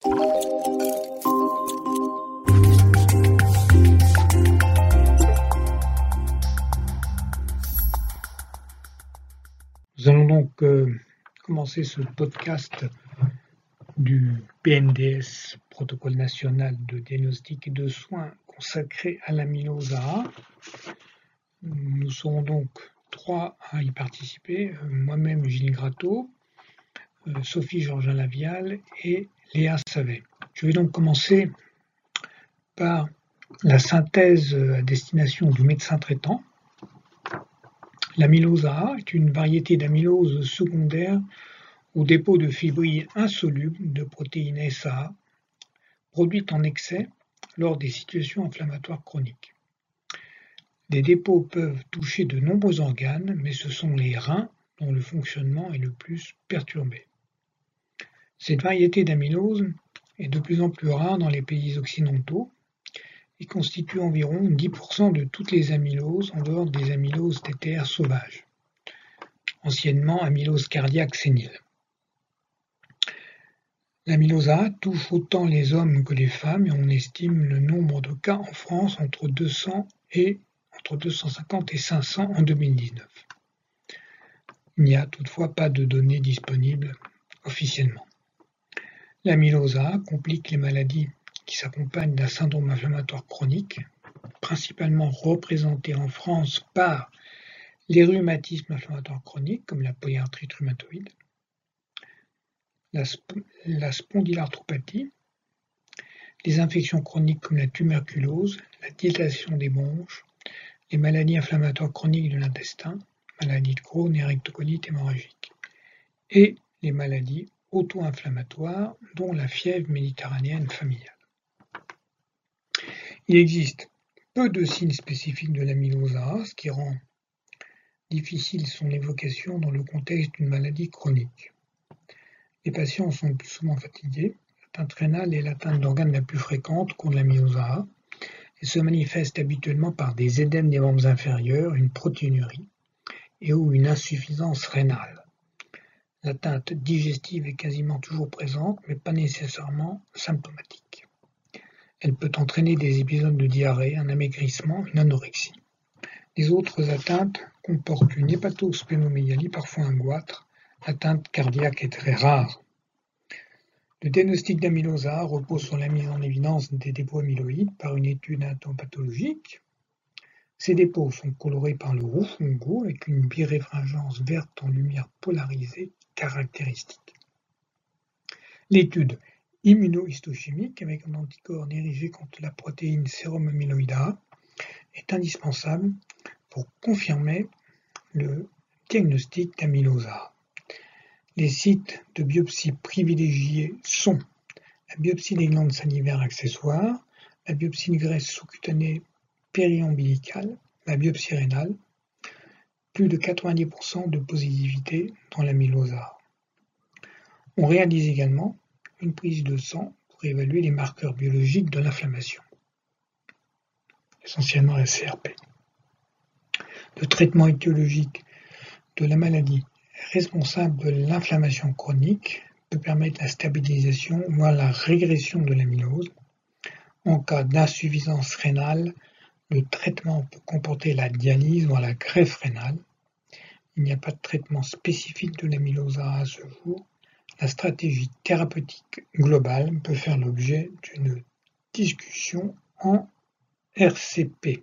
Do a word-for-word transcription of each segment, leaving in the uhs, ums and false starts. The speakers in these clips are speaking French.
Nous allons donc euh, commencer ce podcast du P N D S, Protocole national de diagnostic et de soins consacré à l'amylose A. Nous serons donc trois à y participer, euh, moi-même Gilles Gratteau, euh, Sophie Georgin Lavial et Léa Savet. Je vais donc commencer par la synthèse à destination du médecin traitant. L'amylose A est une variété d'amylose secondaire au dépôt de fibrilles insolubles de protéines S A, produites en excès lors des situations inflammatoires chroniques. Les dépôts peuvent toucher de nombreux organes, mais ce sont les reins dont le fonctionnement est le plus perturbé. Cette variété d'amylose est de plus en plus rare dans les pays occidentaux et constitue environ dix pour cent de toutes les amyloses en dehors des amyloses T T R sauvages, anciennement amylose cardiaque sénile. L'amylose A touche autant les hommes que les femmes et on estime le nombre de cas en France entre deux cents et entre deux cent cinquante et cinq cents en deux mille dix-neuf. Il n'y a toutefois pas de données disponibles officiellement. L'amylose A complique les maladies qui s'accompagnent d'un syndrome inflammatoire chronique, principalement représenté en France par les rhumatismes inflammatoires chroniques comme la polyarthrite rhumatoïde, la, sp la spondylarthropathie, les infections chroniques comme la tuberculose, la dilatation des bronches, les maladies inflammatoires chroniques de l'intestin, maladies de Crohn et rectocolite hémorragique, et les maladies auto-inflammatoires dont la fièvre méditerranéenne familiale. Il existe peu de signes spécifiques de l'amylose A, ce qui rend difficile son évocation dans le contexte d'une maladie chronique. Les patients sont le plus souvent fatigués, l'atteinte rénale est l'atteinte d'organes la plus fréquente contre l'amylose A et se manifeste habituellement par des édèmes des membres inférieurs, une protéinurie et ou une insuffisance rénale. L'atteinte digestive est quasiment toujours présente, mais pas nécessairement symptomatique. Elle peut entraîner des épisodes de diarrhée, un amaigrissement, une anorexie. Les autres atteintes comportent une hépatosplénomégalie, parfois un goitre. L'atteinte cardiaque est très rare. Le diagnostic d'amylose A repose sur la mise en évidence des dépôts amyloïdes par une étude anatopathologique. Ces dépôts sont colorés par le roux fongo avec une biréfringence verte en lumière polarisée caractéristique. L'étude immunohistochimique avec un anticorps dirigé contre la protéine sérum amyloïde A est indispensable pour confirmer le diagnostic d'amylose A. Les sites de biopsie privilégiés sont la biopsie des glandes salivaires accessoires, la biopsie de graisse sous-cutanée périombilicale, la biopsie rénale, plus de quatre-vingt-dix pour cent de positivité dans l'amylose A. On réalise également une prise de sang pour évaluer les marqueurs biologiques de l'inflammation, essentiellement la C R P. Le traitement étiologique de la maladie responsable de l'inflammation chronique peut permettre la stabilisation, voire la régression de l'amylose. En cas d'insuffisance rénale, le traitement peut comporter la dialyse, voire la greffe rénale. Il n'y a pas de traitement spécifique de l'amylose A à ce jour. La stratégie thérapeutique globale peut faire l'objet d'une discussion en R C P.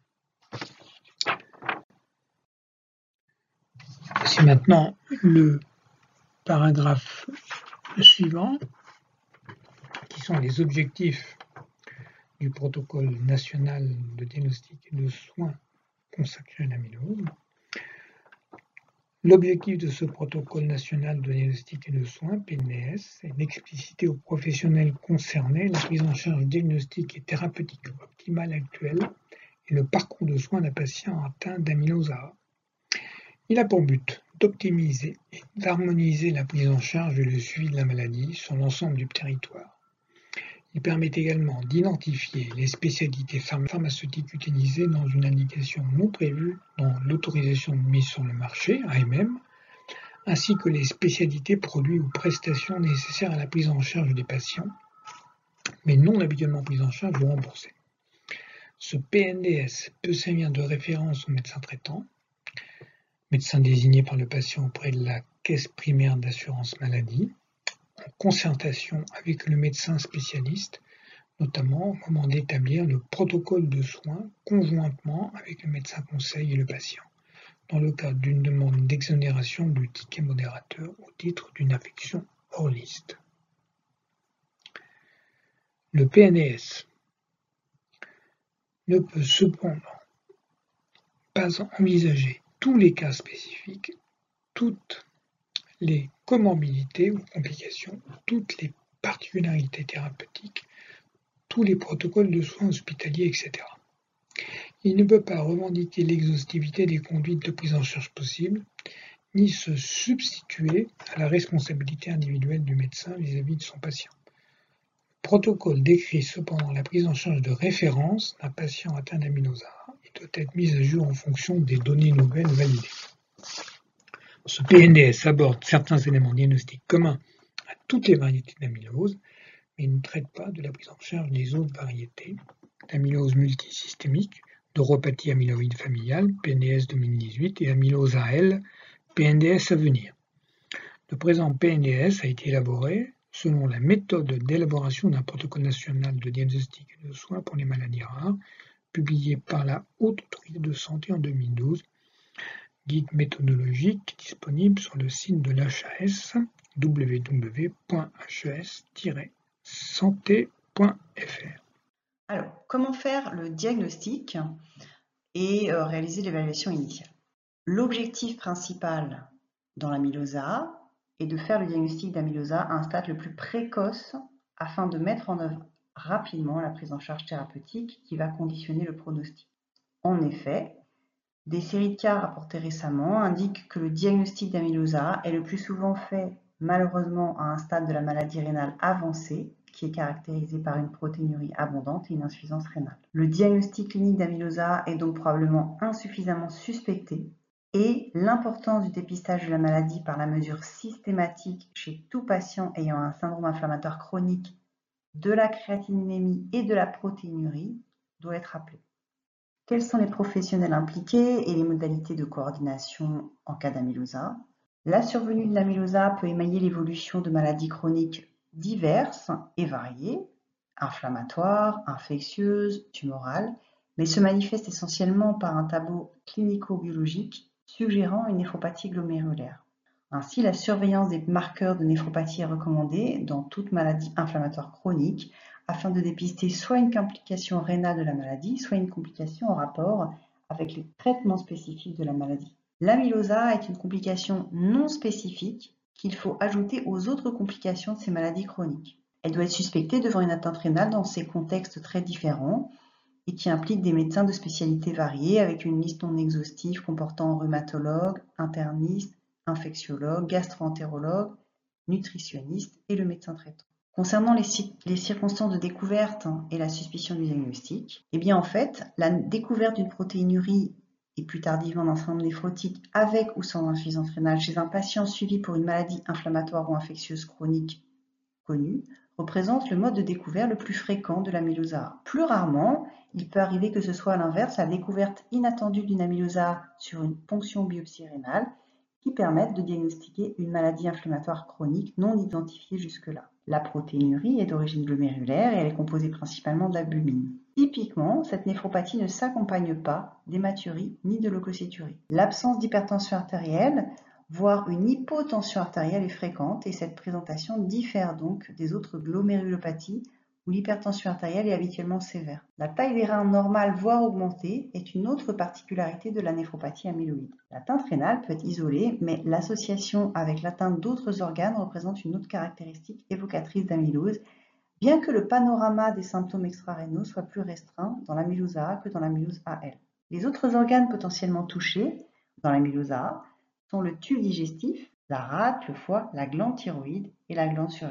C'est maintenant le paragraphe suivant, qui sont les objectifs du protocole national de diagnostic et de soins consacré à l'amylose. L'objectif de ce protocole national de diagnostic et de soins, P N D S, est d'expliciter aux professionnels concernés la prise en charge diagnostique et thérapeutique optimale actuelle et le parcours de soins d'un patient atteint d'amylose A. Il a pour but d'optimiser et d'harmoniser la prise en charge et le suivi de la maladie sur l'ensemble du territoire. Il permet également d'identifier les spécialités pharmaceutiques utilisées dans une indication non prévue dans l'autorisation de mise sur le marché, A M M, ainsi que les spécialités, produits ou prestations nécessaires à la prise en charge des patients, mais non habituellement prises en charge ou remboursées. Ce P N D S peut servir de référence au médecin traitant, médecin désigné par le patient auprès de la caisse primaire d'assurance maladie, en concertation avec le médecin spécialiste, notamment au moment d'établir le protocole de soins conjointement avec le médecin conseil et le patient, dans le cadre d'une demande d'exonération du ticket modérateur au titre d'une affection hors liste. Le P N D S ne peut cependant pas envisager tous les cas spécifiques, toutes les comorbidités ou complications, toutes les particularités thérapeutiques, tous les protocoles de soins hospitaliers, et cetera. Il ne peut pas revendiquer l'exhaustivité des conduites de prise en charge possibles, ni se substituer à la responsabilité individuelle du médecin vis-à-vis de son patient. Le protocole décrit cependant la prise en charge de référence d'un patient atteint d'amylosare et doit être mis à jour en fonction des données nouvelles validées. Ce P N D S aborde certains éléments diagnostiques communs à toutes les variétés d'amylose, mais ne traite pas de la prise en charge des autres variétés d'amylose multisystémique, neuropathie amyloïde familiale, P N D S deux mille dix-huit, et amylose A L, P N D S à venir. Le présent P N D S a été élaboré selon la méthode d'élaboration d'un protocole national de diagnostic et de soins pour les maladies rares, publié par la Haute Autorité de Santé en deux mille douze, guide méthodologique disponible sur le site de l'H A S, w w w point h e s tiret santé point f r. Alors, comment faire le diagnostic et euh, réaliser l'évaluation initiale? L'objectif principal dans l'amylose A est de faire le diagnostic d'amylose A à un stade le plus précoce afin de mettre en œuvre rapidement la prise en charge thérapeutique qui va conditionner le pronostic. En effet, des séries de cas rapportées récemment indiquent que le diagnostic d'amylose A est le plus souvent fait malheureusement à un stade de la maladie rénale avancée qui est caractérisé par une protéinurie abondante et une insuffisance rénale. Le diagnostic clinique d'amylose A est donc probablement insuffisamment suspecté et l'importance du dépistage de la maladie par la mesure systématique chez tout patient ayant un syndrome inflammatoire chronique de la créatinémie et de la protéinurie doit être rappelée. Quels sont les professionnels impliqués et les modalités de coordination en cas d'amylose A? La survenue de l'amylose A peut émailler l'évolution de maladies chroniques diverses et variées, inflammatoires, infectieuses, tumorales, mais se manifeste essentiellement par un tableau clinico-biologique suggérant une néphropathie glomérulaire. Ainsi, la surveillance des marqueurs de néphropathie est recommandée dans toute maladie inflammatoire chronique afin de dépister soit une complication rénale de la maladie, soit une complication en rapport avec les traitements spécifiques de la maladie. L'amylose A est une complication non spécifique qu'il faut ajouter aux autres complications de ces maladies chroniques. Elle doit être suspectée devant une atteinte rénale dans ces contextes très différents et qui impliquent des médecins de spécialités variées avec une liste non exhaustive comportant rhumatologue, interniste, infectiologue, gastro-entérologue, nutritionniste et le médecin traitant. Concernant les, les circonstances de découverte et la suspicion du diagnostic, eh bien en fait, la découverte d'une protéinurie et plus tardivement d'un syndrome néphrotique avec ou sans insuffisance rénale chez un patient suivi pour une maladie inflammatoire ou infectieuse chronique connue représente le mode de découverte le plus fréquent de l'amylose A. Plus rarement, il peut arriver que ce soit à l'inverse, la découverte inattendue d'une amylose A sur une ponction biopsie rénale qui permettent de diagnostiquer une maladie inflammatoire chronique non identifiée jusque-là. La protéinurie est d'origine glomérulaire et elle est composée principalement d'albumine. Typiquement, cette néphropathie ne s'accompagne pas d'hématurie ni de leucocyturie. L'absence d'hypertension artérielle, voire une hypotension artérielle est fréquente et cette présentation diffère donc des autres glomérulopathies où l'hypertension artérielle est habituellement sévère. La taille des reins normale voire augmentée est une autre particularité de la néphropathie amyloïde. L'atteinte rénale peut être isolée, mais l'association avec l'atteinte d'autres organes représente une autre caractéristique évocatrice d'amylose, bien que le panorama des symptômes extra-rénaux soit plus restreint dans l'amylose A que dans l'amylose A L. Les autres organes potentiellement touchés dans l'amylose A sont le tube digestif, la rate, le foie, la glande thyroïde et la glande surrénale.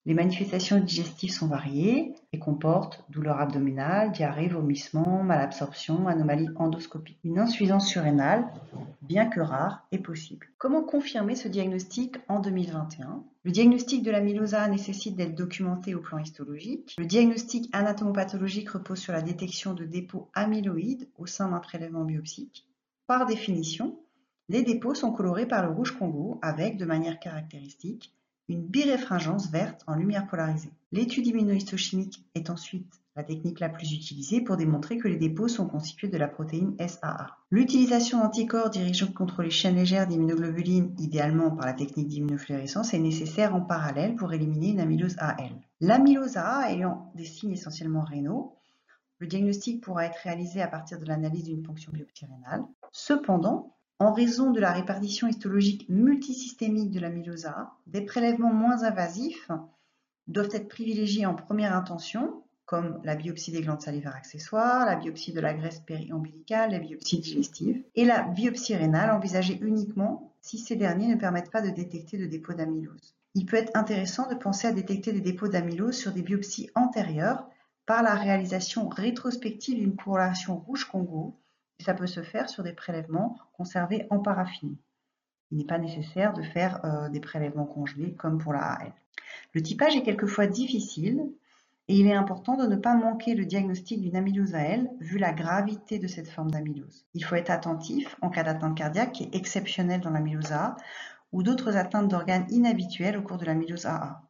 Les manifestations digestives sont variées et comportent douleur abdominale, diarrhée, vomissement, malabsorption, anomalie endoscopique. Une insuffisance surrénale, bien que rare, est possible. Comment confirmer ce diagnostic en deux mille vingt et un? Le diagnostic de l'amylose A nécessite d'être documenté au plan histologique. Le diagnostic anatomopathologique repose sur la détection de dépôts amyloïdes au sein d'un prélèvement biopsique. Par définition, les dépôts sont colorés par le rouge Congo avec, de manière caractéristique, une biréfringence verte en lumière polarisée. L'étude immunohistochimique est ensuite la technique la plus utilisée pour démontrer que les dépôts sont constitués de la protéine S A A. L'utilisation d'anticorps dirigeant contre les chaînes légères d'immunoglobulines, idéalement par la technique d'immunofluorescence, est nécessaire en parallèle pour éliminer une amylose A L. L'amylose A ayant des signes essentiellement rénaux, le diagnostic pourra être réalisé à partir de l'analyse d'une ponction biopsie rénale. Cependant, en raison de la répartition histologique multisystémique de l'amylose A, des prélèvements moins invasifs doivent être privilégiés en première intention, comme la biopsie des glandes salivaires accessoires, la biopsie de la graisse péri-ombilicale, la biopsie digestive, et la biopsie rénale envisagée uniquement si ces derniers ne permettent pas de détecter de dépôt d'amylose. Il peut être intéressant de penser à détecter des dépôts d'amylose sur des biopsies antérieures par la réalisation rétrospective d'une corrélation rouge Congo, et ça peut se faire sur des prélèvements conservés en paraffine. Il n'est pas nécessaire de faire euh, des prélèvements congelés comme pour la A L. Le typage est quelquefois difficile et il est important de ne pas manquer le diagnostic d'une amylose A L vu la gravité de cette forme d'amylose. Il faut être attentif en cas d'atteinte cardiaque qui est exceptionnelle dans l'amylose A ou d'autres atteintes d'organes inhabituelles au cours de l'amylose A A.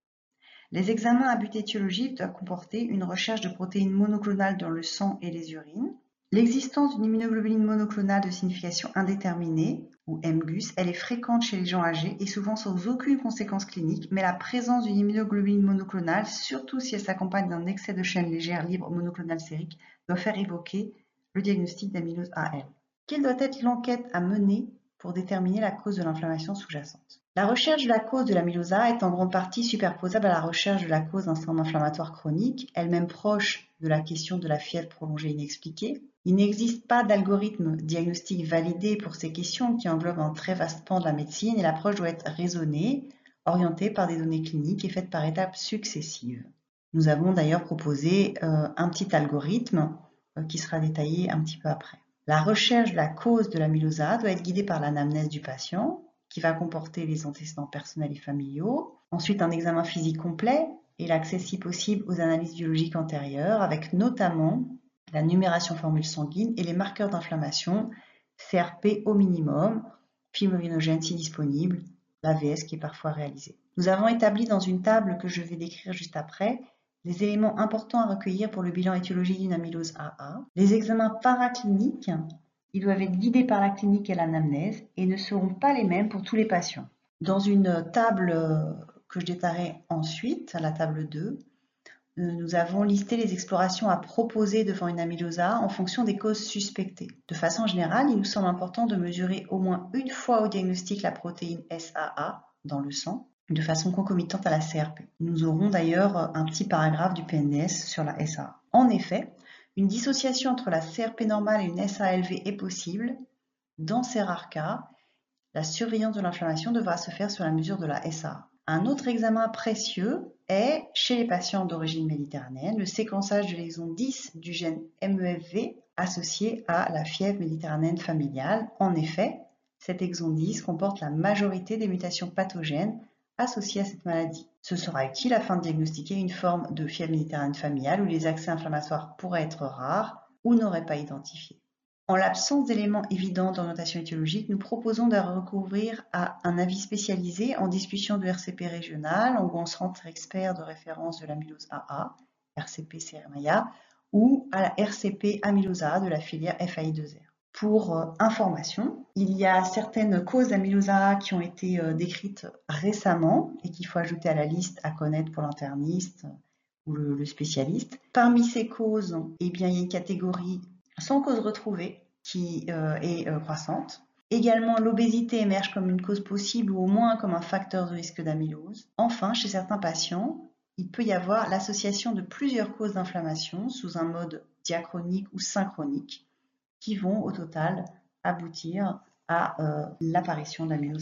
Les examens à but étiologique doivent comporter une recherche de protéines monoclonales dans le sang et les urines. L'existence d'une immunoglobuline monoclonale de signification indéterminée, ou M G U S, elle est fréquente chez les gens âgés et souvent sans aucune conséquence clinique, mais la présence d'une immunoglobuline monoclonale, surtout si elle s'accompagne d'un excès de chaîne légère libre monoclonale sérique, doit faire évoquer le diagnostic d'amylose A L. Quelle doit être l'enquête à mener pour déterminer la cause de l'inflammation sous-jacente? La recherche de la cause de l'amylose A est en grande partie superposable à la recherche de la cause d'un syndrome inflammatoire chronique, elle-même proche de la question de la fièvre prolongée inexpliquée. Il n'existe pas d'algorithme diagnostique validé pour ces questions qui englobent un très vaste pan de la médecine et l'approche doit être raisonnée, orientée par des données cliniques et faite par étapes successives. Nous avons d'ailleurs proposé euh, un petit algorithme euh, qui sera détaillé un petit peu après. La recherche de la cause de l'amylose A doit être guidée par l'anamnèse du patient, qui va comporter les antécédents personnels et familiaux, ensuite un examen physique complet et l'accès si possible aux analyses biologiques antérieures, avec notamment la numération formule sanguine et les marqueurs d'inflammation, C R P au minimum, fibrinogène si disponible, l'A V S qui est parfois réalisé. Nous avons établi dans une table que je vais décrire juste après les éléments importants à recueillir pour le bilan étiologique d'une amylose A A. Les examens paracliniques, ils doivent être guidés par la clinique et l'anamnèse et ne seront pas les mêmes pour tous les patients. Dans une table que je détaillerai ensuite, à la table deux, nous avons listé les explorations à proposer devant une amylose A en fonction des causes suspectées. De façon générale, il nous semble important de mesurer au moins une fois au diagnostic la protéine S A A dans le sang, de façon concomitante à la C R P. Nous aurons d'ailleurs un petit paragraphe du P N D S sur la S A A. En effet, une dissociation entre la C R P normale et une S A L V est possible. Dans ces rares cas, la surveillance de l'inflammation devra se faire sur la mesure de la S A A. Un autre examen précieux est, chez les patients d'origine méditerranéenne, le séquençage de l'exon dix du gène M E F V associé à la fièvre méditerranéenne familiale. En effet, cet exon dix comporte la majorité des mutations pathogènes associées à cette maladie. Ce sera utile afin de diagnostiquer une forme de fièvre méditerranéenne familiale où les accès inflammatoires pourraient être rares ou n'auraient pas identifié. En l'absence d'éléments évidents d'orientation étiologique, nous proposons de recourir à un avis spécialisé en discussion de R C P régional, ou en centre expert de référence de l'amylose A A, R C P Ceremia, ou à la R C P amylose A A de la filière F A I deux R. Pour euh, information, il y a certaines causes d'amylose A A qui ont été euh, décrites récemment et qu'il faut ajouter à la liste à connaître pour l'interniste ou le, le spécialiste. Parmi ces causes, eh bien, il y a une catégorie sans cause retrouvée qui euh, est euh, croissante. Également, l'obésité émerge comme une cause possible ou au moins comme un facteur de risque d'amylose. Enfin, chez certains patients, il peut y avoir l'association de plusieurs causes d'inflammation sous un mode diachronique ou synchronique qui vont au total aboutir à euh, l'apparition d'amylose A.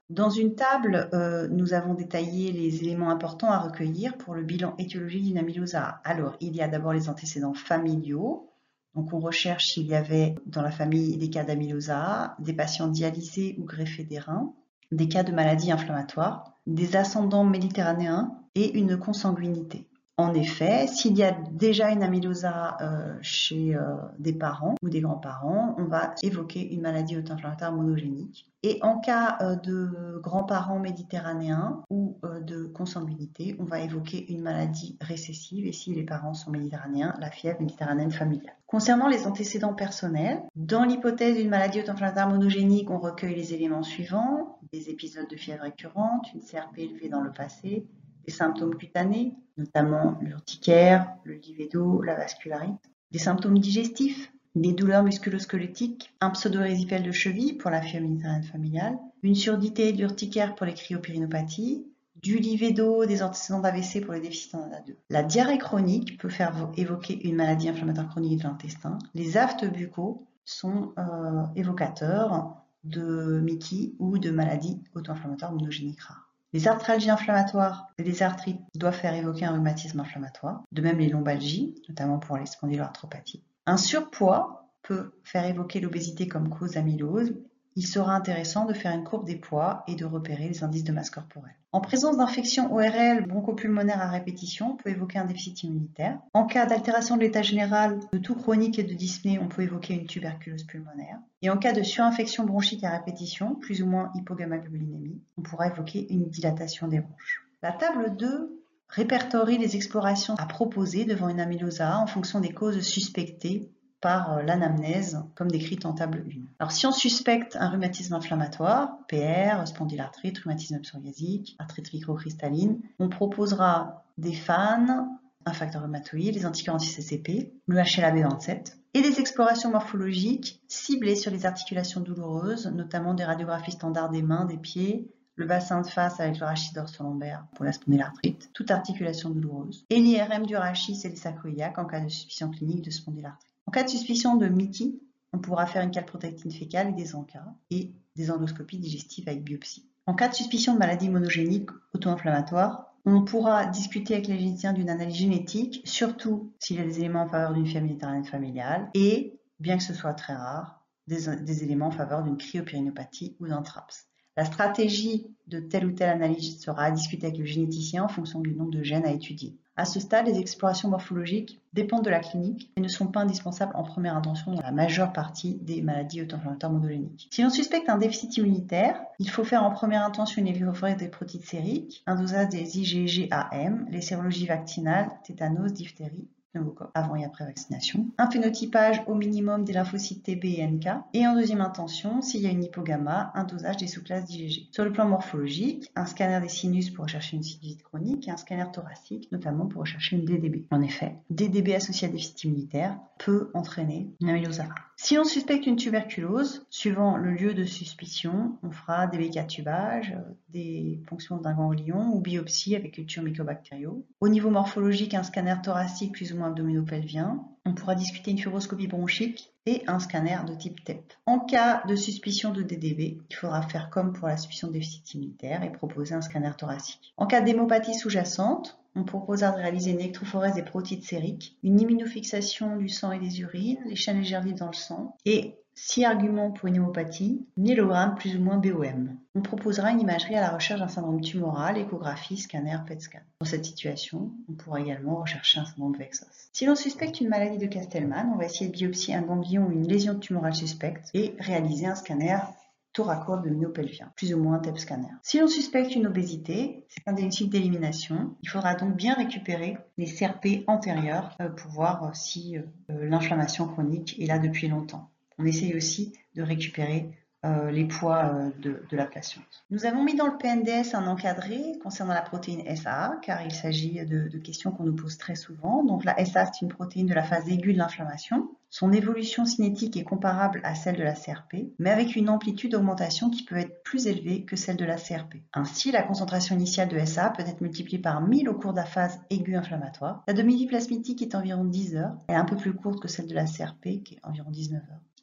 Dans une table, euh, nous avons détaillé les éléments importants à recueillir pour le bilan étiologique d'une amylose A. Alors, il y a d'abord les antécédents familiaux. Donc, on recherche s'il y avait dans la famille des cas d'amylose A, des patients dialysés ou greffés des reins, des cas de maladies inflammatoires, des ascendants méditerranéens et une consanguinité. En effet, s'il y a déjà une amylose A euh, chez euh, des parents ou des grands-parents, on va évoquer une maladie auto-inflammatoire monogénique. Et en cas euh, de grands-parents méditerranéens ou euh, de consanguinité, on va évoquer une maladie récessive et si les parents sont méditerranéens, la fièvre méditerranéenne familiale. Concernant les antécédents personnels, dans l'hypothèse d'une maladie auto-inflammatoire monogénique, on recueille les éléments suivants: des épisodes de fièvre récurrente, une C R P élevée dans le passé, des symptômes cutanés, notamment l'urticaire, le livédo, la vascularite, des symptômes digestifs, des douleurs musculo-squelettiques, un pseudo-résiduel de cheville pour la fièvre méditerranéenne familiale, une surdité et de l'urticaire pour les cryopyrénopathies, du livédo, des antécédents d'A V C pour les déficits en A D A deux. La diarrhée chronique peut faire évoquer une maladie inflammatoire chronique de l'intestin. Les aftes buccaux sont euh, évocateurs de M I C I ou de maladies auto-inflammatoires monogéniques rares. Les arthralgies inflammatoires et les arthrites doivent faire évoquer un rhumatisme inflammatoire, de même les lombalgies, notamment pour les spondyloarthropathies. Un surpoids peut faire évoquer l'obésité comme cause d'amylose. Il sera intéressant de faire une courbe des poids et de repérer les indices de masse corporelle. En présence d'infection O R L bronchopulmonaire à répétition, on peut évoquer un déficit immunitaire. En cas d'altération de l'état général, de toux chronique et de dyspnée, on peut évoquer une tuberculose pulmonaire. Et en cas de surinfection bronchique à répétition, plus ou moins hypogammaglobulinémie, on pourra évoquer une dilatation des bronches. La table deux répertorie les explorations à proposer devant une amylose A en fonction des causes suspectées par l'anamnèse, comme décrite en table un. Alors, si on suspecte un rhumatisme inflammatoire, P R, spondylarthrite, rhumatisme psoriasique, arthrite microcristalline, on proposera des F A N, un facteur rhumatoïde, les anticorps anti-C C P, le H L A B vingt-sept, et des explorations morphologiques ciblées sur les articulations douloureuses, notamment des radiographies standards des mains, des pieds, le bassin de face avec le rachis dorso-lombaire pour la spondylarthrite, toute articulation douloureuse, et l'I R M du rachis et les sacroiliaques en cas de suspicion clinique de spondylarthrite. En cas de suspicion de M I C I, on pourra faire une calprotectine fécale et des encas et des endoscopies digestives avec biopsie. En cas de suspicion de maladie monogénique auto-inflammatoire, on pourra discuter avec les généticiens d'une analyse génétique, surtout s'il y a des éléments en faveur d'une fièvre méditerranéenne familiale et, bien que ce soit très rare, des, des éléments en faveur d'une cryopyrénopathie ou d'un TRAPS. La stratégie de telle ou telle analyse sera à discuter avec le généticien en fonction du nombre de gènes à étudier. À ce stade, les explorations morphologiques dépendent de la clinique et ne sont pas indispensables en première intention dans la majeure partie des maladies auto-inflammatoires monogéniques. Si on suspecte un déficit immunitaire, il faut faire en première intention une électrophorése des protéines sériques, un dosage des I G G A M, les sérologies vaccinales, tétanos, diphtérie, pneumocoque, avant et après vaccination, un phénotypage au minimum des lymphocytes T B et N K, et en deuxième intention, s'il y a une hypogamma, un dosage des sous-classes d'I G G. Sur le plan morphologique, un scanner des sinus pour rechercher une sinusite chronique et un scanner thoracique, notamment pour rechercher une D D B. En effet, D D B associé à déficit immunitaire peut entraîner une amylose A. Si on suspecte une tuberculose, suivant le lieu de suspicion, on fera des bécatubages, des ponctions d'un ganglion ou biopsie avec culture mycobactériaux. Au niveau morphologique, un scanner thoracique plus ou moins abdominopelvien. On pourra discuter une fibroscopie bronchique et un scanner de type T E P. En cas de suspicion de D D B, il faudra faire comme pour la suspicion de déficit immunitaire et proposer un scanner thoracique. En cas d'hémopathie sous-jacente, on proposera de réaliser une électrophorèse des protides sériques, une immunofixation du sang et des urines, les chaînes légères vives dans le sang, et si argument pour une hémopathie, myélogramme plus ou moins B O M. On proposera une imagerie à la recherche d'un syndrome tumoral, échographie, scanner, P E T scan. Dans cette situation, on pourra également rechercher un syndrome Vexos. Si l'on suspecte une maladie de Castleman, on va essayer de biopsier un ganglion ou une lésion tumorale suspecte et réaliser un scanner thoraco-abdominopelvien, plus ou moins un T E P scanner. Si l'on suspecte une obésité, c'est un diagnostic d'élimination. Il faudra donc bien récupérer les C R P antérieurs pour voir si l'inflammation chronique est là depuis longtemps. On essaye aussi de récupérer euh, les poids euh, de, de la patiente. Nous avons mis dans le P N D S un encadré concernant la protéine S A A, car il s'agit de, de questions qu'on nous pose très souvent. Donc la S A A, c'est une protéine de la phase aiguë de l'inflammation. Son évolution cinétique est comparable à celle de la C R P, mais avec une amplitude d'augmentation qui peut être plus élevée que celle de la C R P. Ainsi, la concentration initiale de S A A peut être multipliée par mille au cours de la phase aiguë inflammatoire. La demi-vie plasmitique est environ dix heures. Elle est un peu plus courte que celle de la C R P, qui est environ dix-neuf heures.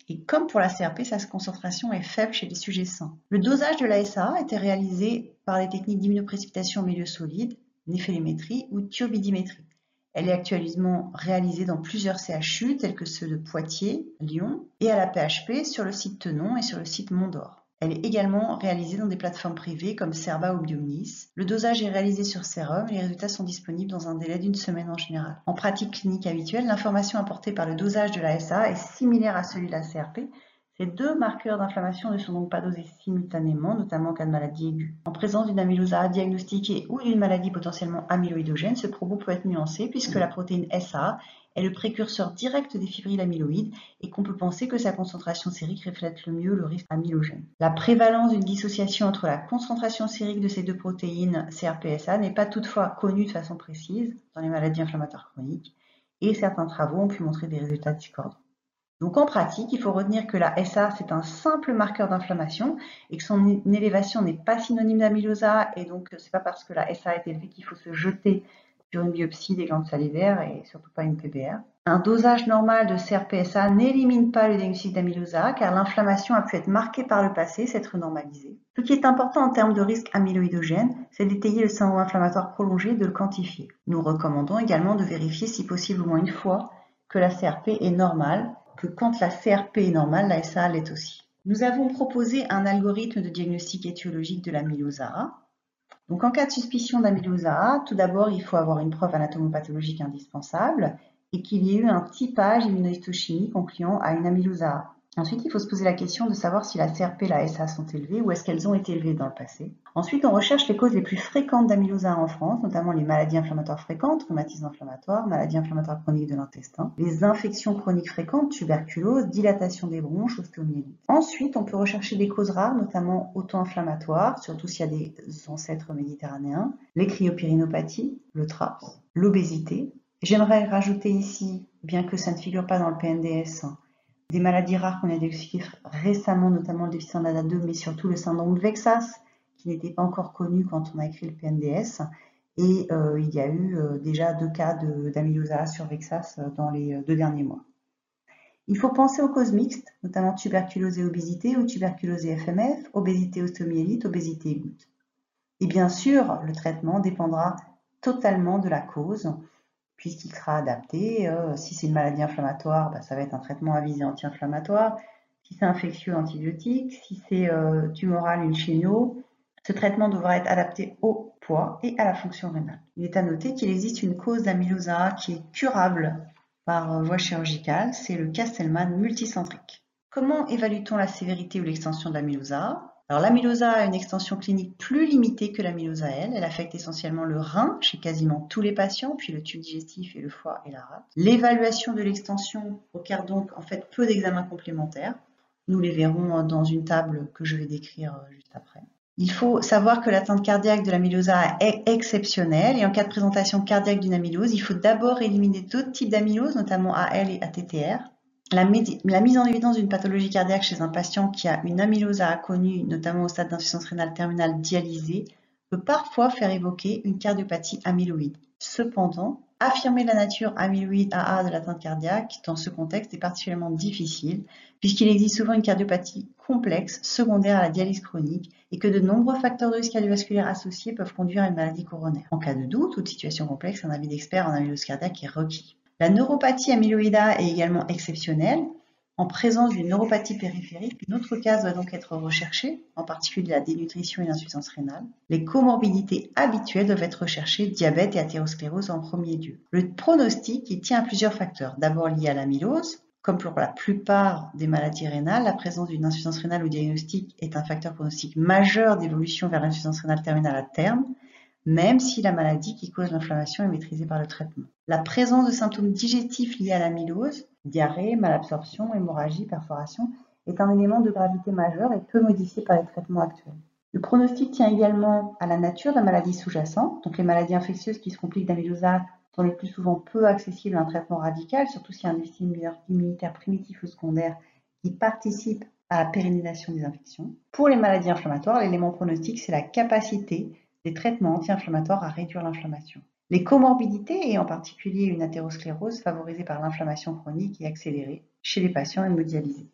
Et comme pour la C R P, sa concentration est faible chez les sujets sains. Le dosage de la S A A était réalisé par les techniques d'immunoprécipitation en milieu solide, néphélémétrie ou turbidimétrie. Elle est actuellement réalisée dans plusieurs C H U tels que ceux de Poitiers, Lyon et à la P H P sur le site Tenon et sur le site Mont d'Or. Elle est également réalisée dans des plateformes privées comme Cerba ou Biomnis. Le dosage est réalisé sur sérum et les résultats sont disponibles dans un délai d'une semaine en général. En pratique clinique habituelle, l'information apportée par le dosage de la S A A est similaire à celui de la C R P. Ces deux marqueurs d'inflammation ne sont donc pas dosés simultanément, notamment en cas de maladie aiguë. En présence d'une amylose A diagnostiquée ou d'une maladie potentiellement amyloïdogène, ce propos peut être nuancé puisque la protéine S A A est le précurseur direct des fibrilles amyloïdes et qu'on peut penser que sa concentration sérique reflète le mieux le risque amylogène. La prévalence d'une dissociation entre la concentration sérique de ces deux protéines C R P S A n'est pas toutefois connue de façon précise dans les maladies inflammatoires chroniques et certains travaux ont pu montrer des résultats discordants. Donc en pratique, il faut retenir que la S A A c'est un simple marqueur d'inflammation et que son élévation n'est pas synonyme d'amylose A et donc c'est pas parce que la S A A est élevée qu'il faut se jeter sur une biopsie des glandes salivaires et surtout pas une P B R. Un dosage normal de C R P S A n'élimine pas le diagnostic d'amylose A car l'inflammation a pu être marquée par le passé, s'être normalisée. Ce qui est important en termes de risque amyloïdogène, c'est d'étayer le syndrome inflammatoire prolongé et de le quantifier. Nous recommandons également de vérifier si possible au moins une fois que la C R P est normale, que quand la C R P est normale, la S A A l'est aussi. Nous avons proposé un algorithme de diagnostic étiologique de l'amylose A. Donc en cas de suspicion d'amylose A, tout d'abord il faut avoir une preuve anatomopathologique indispensable et qu'il y ait eu un typage immunohistochimique concluant à une amylose A. Ensuite, il faut se poser la question de savoir si la C R P et la S A sont élevées ou est-ce qu'elles ont été élevées dans le passé. Ensuite, on recherche les causes les plus fréquentes d'amylose A en France, notamment les maladies inflammatoires fréquentes, rhumatisme inflammatoire, maladies inflammatoires chroniques de l'intestin, les infections chroniques fréquentes, tuberculose, dilatation des bronches, ostéomyélite. Ensuite, on peut rechercher des causes rares, notamment auto-inflammatoires, surtout s'il y a des ancêtres méditerranéens, les cryopyrinopathies, le TRAPS, l'obésité. J'aimerais rajouter ici, bien que ça ne figure pas dans le P N D S, des maladies rares qu'on a diagnostiquées récemment, notamment le déficit en A D A deux, mais surtout le syndrome de Vexas, qui n'était pas encore connu quand on a écrit le P N D S. Et euh, il y a eu euh, déjà deux cas d'amylose A sur Vexas dans les deux derniers mois. Il faut penser aux causes mixtes, notamment tuberculose et obésité, ou tuberculose et F M F, obésité ostéomyélite, obésité et goutte. Et bien sûr, le traitement dépendra totalement de la cause, puisqu'il sera adapté. Euh, si c'est une maladie inflammatoire, bah, ça va être un traitement à visée anti-inflammatoire. Si c'est infectieux, antibiotique. Si c'est euh, tumoral, une chémio. Ce traitement devra être adapté au poids et à la fonction rénale. Il est à noter qu'il existe une cause d'amylose A qui est curable par euh, voie chirurgicale, c'est le Castleman multicentrique. Comment évalue-t-on la sévérité ou l'extension de l'amylose A? Alors l'amylose A a une extension clinique plus limitée que l'amylose A L. Elle affecte essentiellement le rein chez quasiment tous les patients, puis le tube digestif et le foie et la rate. L'évaluation de l'extension requiert donc en fait peu d'examens complémentaires. Nous les verrons dans une table que je vais décrire juste après. Il faut savoir que l'atteinte cardiaque de l'amylose A est exceptionnelle et en cas de présentation cardiaque d'une amylose, il faut d'abord éliminer d'autres types d'amylose, notamment A L et A T T R. La, la mise en évidence d'une pathologie cardiaque chez un patient qui a une amylose A connue, notamment au stade d'insuffisance rénale terminale dialysée, peut parfois faire évoquer une cardiopathie amyloïde. Cependant, affirmer la nature amyloïde A A de l'atteinte cardiaque dans ce contexte est particulièrement difficile puisqu'il existe souvent une cardiopathie complexe secondaire à la dialyse chronique et que de nombreux facteurs de risque cardiovasculaire associés peuvent conduire à une maladie coronaire. En cas de doute ou de situation complexe, un avis d'expert en amylose cardiaque est requis. La neuropathie amyloïde A est également exceptionnelle. En présence d'une neuropathie périphérique, une autre case doit donc être recherchée, en particulier la dénutrition et l'insuffisance rénale. Les comorbidités habituelles doivent être recherchées, diabète et athérosclérose en premier lieu. Le pronostic il tient à plusieurs facteurs, d'abord liés à l'amylose. Comme pour la plupart des maladies rénales, la présence d'une insuffisance rénale au diagnostic est un facteur pronostic majeur d'évolution vers l'insuffisance rénale terminale à terme, même si la maladie qui cause l'inflammation est maîtrisée par le traitement. La présence de symptômes digestifs liés à l'amylose, diarrhée, malabsorption, hémorragie, perforation, est un élément de gravité majeure et peu modifié par les traitements actuels. Le pronostic tient également à la nature de la maladie sous-jacente, donc les maladies infectieuses qui se compliquent d'amylose A sont les plus souvent peu accessibles à un traitement radical, surtout s'il y a un déficit immunitaire primitif ou secondaire qui participe à la pérennisation des infections. Pour les maladies inflammatoires, l'élément pronostic, c'est la capacité des traitements anti-inflammatoires à réduire l'inflammation. Les comorbidités, et en particulier une athérosclérose favorisée par l'inflammation chronique et accélérée chez les patients hémodialysés.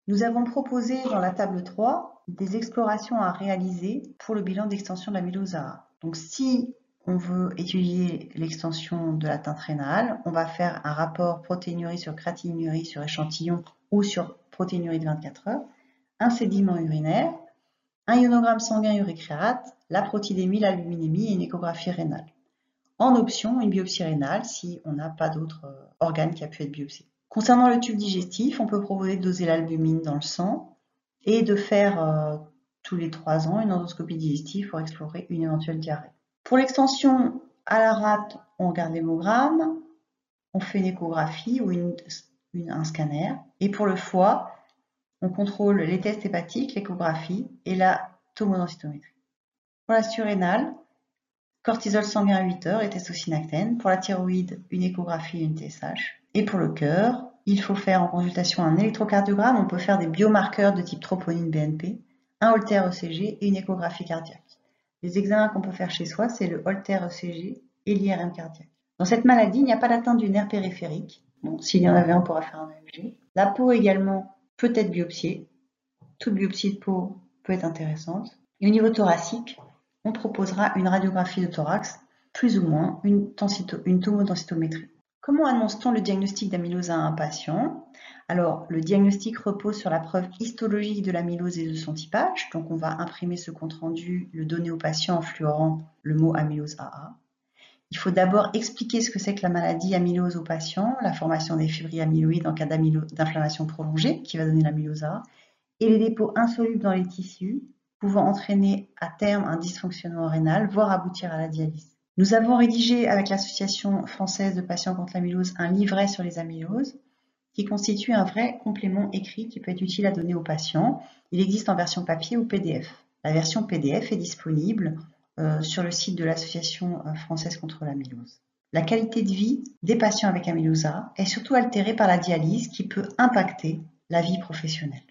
Nous avons proposé dans la table trois des explorations à réaliser pour le bilan d'extension de l'amylose A A. Donc si on veut étudier l'extension de l'atteinte rénale, on va faire un rapport protéinurie sur créatinurie sur échantillon ou sur protéinurie de vingt-quatre heures, un sédiment urinaire, un ionogramme sanguin uricréate, la protidémie, l'albuminémie et une échographie rénale. En option, une biopsie rénale si on n'a pas d'autres organes qui a pu être biopsié. Concernant le tube digestif, on peut proposer de doser l'albumine dans le sang et de faire euh, tous les trois ans une endoscopie digestive pour explorer une éventuelle diarrhée. Pour l'extension à la rate, on regarde l'hémogramme, on fait une échographie ou une, une, un scanner. Et pour le foie, on contrôle les tests hépatiques, l'échographie et la tomodensitométrie. Pour la surrénale, cortisol sanguin à huit heures et testosinactène. Pour la thyroïde, une échographie et une T S H. Et pour le cœur, il faut faire en consultation un électrocardiogramme. On peut faire des biomarqueurs de type troponine B N P, un Holter E C G et une échographie cardiaque. Les examens qu'on peut faire chez soi, c'est le Holter E C G et l'I R M cardiaque. Dans cette maladie, il n'y a pas d'atteinte du nerf périphérique. Bon, s'il y en avait un, on pourra faire un A M G. La peau également peut être biopsiée. Toute biopsie de peau peut être intéressante. Et au niveau thoracique, on proposera une radiographie de thorax, plus ou moins une, une tomodensitométrie. Comment annonce-t-on le diagnostic d'amylose à un patient? Alors, le diagnostic repose sur la preuve histologique de l'amylose et de son typage. Donc, on va imprimer ce compte-rendu, le donner au patient en fluorant le mot amylose A A. Il faut d'abord expliquer ce que c'est que la maladie amylose au patient, la formation des fibrilles amyloïdes en cas d'inflammation prolongée qui va donner l'amylose A A, et les dépôts insolubles dans les tissus, pouvant entraîner à terme un dysfonctionnement rénal, voire aboutir à la dialyse. Nous avons rédigé avec l'Association française de patients contre l'amylose un livret sur les amyloses qui constitue un vrai complément écrit qui peut être utile à donner aux patients. Il existe en version papier ou P D F. La version P D F est disponible euh, sur le site de l'Association française contre l'amylose. La qualité de vie des patients avec amylose A A est surtout altérée par la dialyse qui peut impacter la vie professionnelle.